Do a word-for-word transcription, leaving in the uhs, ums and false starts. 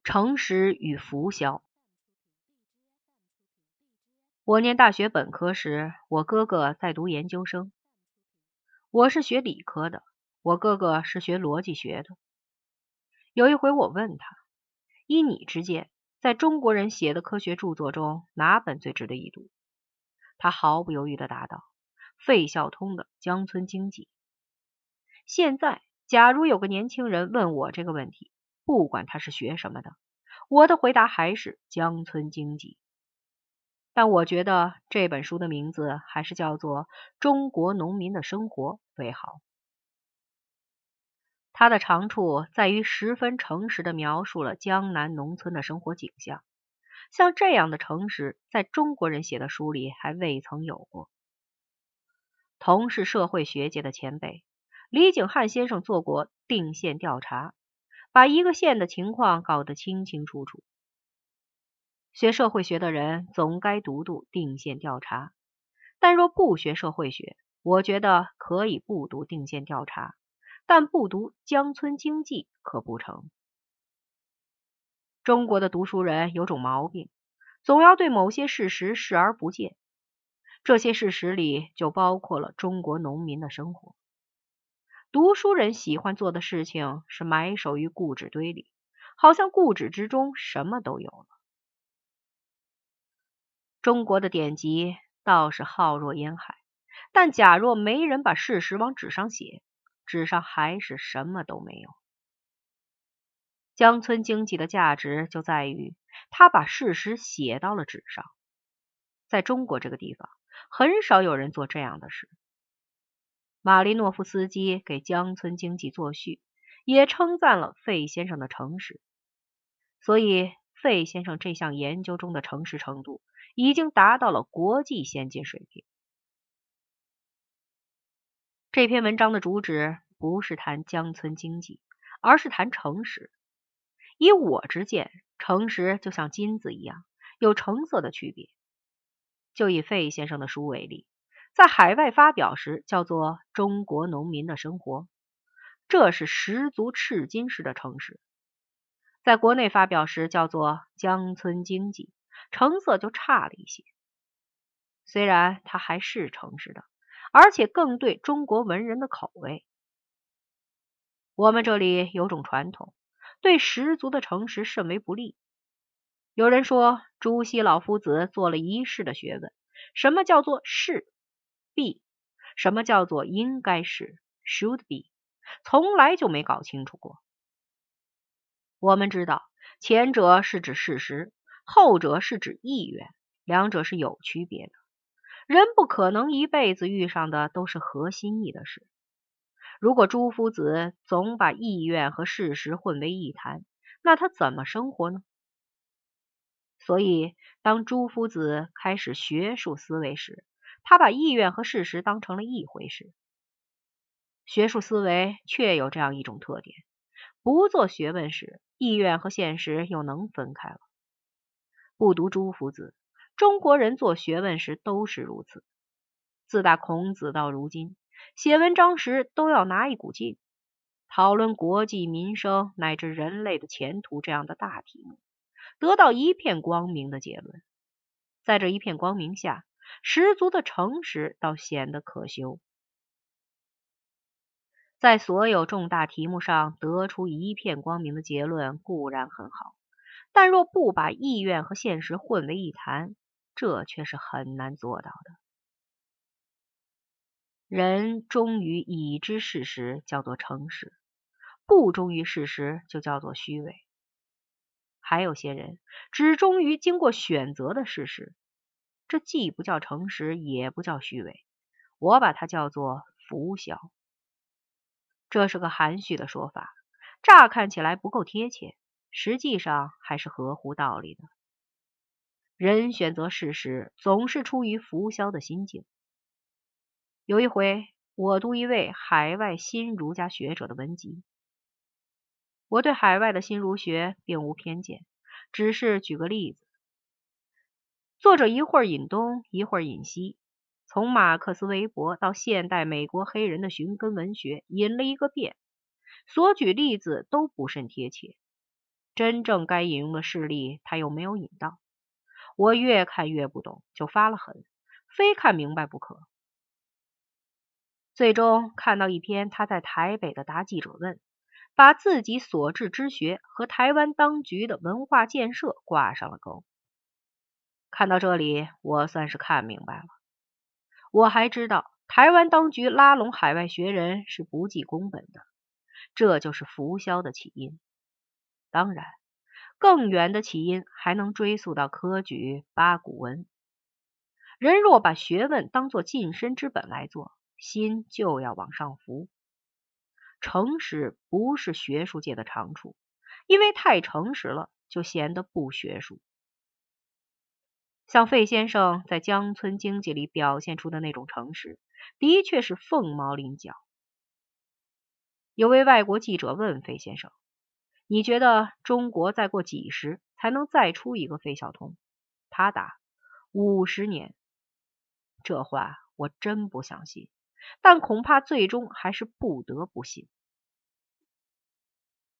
诚实与浮销。我念大学本科时，我哥哥在读研究生。我是学理科的，我哥哥是学逻辑学的。有一回我问他，依你之见，在中国人写的科学著作中，哪本最值得一读？他毫不犹豫地答道，费孝通的《江村经济》。现在，假如有个年轻人问我这个问题，不管他是学什么的，我的回答还是《江村经济》。但我觉得这本书的名字还是叫做《中国农民的生活》为好。它的长处在于十分诚实地描述了江南农村的生活景象，像这样的诚实，在中国人写的书里还未曾有过。同是社会学界的前辈，李景汉先生做过定县调查，把一个县的情况搞得清清楚楚。学社会学的人总该读读定县调查，但若不学社会学，我觉得可以不读定县调查，但不读江村经济可不成。中国的读书人有种毛病，总要对某些事实视而不见，这些事实里就包括了中国农民的生活。读书人喜欢做的事情是埋首于故纸堆里，好像故纸之中什么都有了。中国的典籍倒是浩若烟海，但假若没人把事实往纸上写，纸上还是什么都没有。江村经济的价值就在于他把事实写到了纸上。在中国这个地方，很少有人做这样的事。马林诺夫斯基给江村经济作序，也称赞了费先生的诚实。所以费先生这项研究中的诚实程度已经达到了国际先进水平。这篇文章的主旨不是谈江村经济，而是谈诚实。以我之见，诚实就像金子一样，有成色的区别。就以费先生的书为例，在海外发表时叫做《中国农民的生活》，这是十足赤金式的诚实。在国内发表时叫做《江村经济》，成色就差了一些。虽然它还是诚实的，而且更对中国文人的口味。我们这里有种传统，对十足的诚实甚为不利。有人说朱熹老夫子做了一世的学问，什么叫做是必，什么叫做应该是 should be， 从来就没搞清楚过。我们知道前者是指事实，后者是指意愿，两者是有区别的。人不可能一辈子遇上的都是合心意的事。如果朱夫子总把意愿和事实混为一谈，那他怎么生活呢？所以当朱夫子开始学术思维时，他把意愿和事实当成了一回事。学术思维确有这样一种特点，不做学问时，意愿和现实又能分开了。不读朱夫子，中国人做学问时都是如此。自打孔子到如今，写文章时都要拿一股劲，讨论国计民生乃至人类的前途这样的大题目，得到一片光明的结论。在这一片光明下，十足的诚实倒显得可羞。在所有重大题目上得出一片光明的结论固然很好，但若不把意愿和现实混为一谈，这却是很难做到的。人忠于已知事实叫做诚实，不忠于事实就叫做虚伪。还有些人只忠于经过选择的事实，这既不叫诚实，也不叫虚伪，我把它叫做浮销。这是个含蓄的说法，乍看起来不够贴切，实际上还是合乎道理的。人选择事实总是出于浮销的心境。有一回，我读一位海外新儒家学者的文集。我对海外的新儒学并无偏见，只是举个例子。作者一会儿引东，一会儿引西，从马克思韦伯到现代美国黑人的寻根文学引了一个遍，所举例子都不甚贴切。 真正该引用的事例他又没有引到。我越看越不懂，就发了狠，非看明白不可。最终看到一篇他在台北的答记者问，把自己所治之学和台湾当局的文化建设挂上了钩。看到这里，我算是看明白了。我还知道台湾当局拉拢海外学人是不计工本的，这就是浮销的起因。当然，更远的起因还能追溯到科举八股文。人若把学问当作晋升之本来做，心就要往上浮。诚实不是学术界的长处，因为太诚实了，就显得不学术。像费先生在乡村经济里表现出的那种诚实，的确是凤毛麟角。有位外国记者问费先生，你觉得中国再过几时才能再出一个费孝通？他答，五十年。这话我真不相信，但恐怕最终还是不得不信。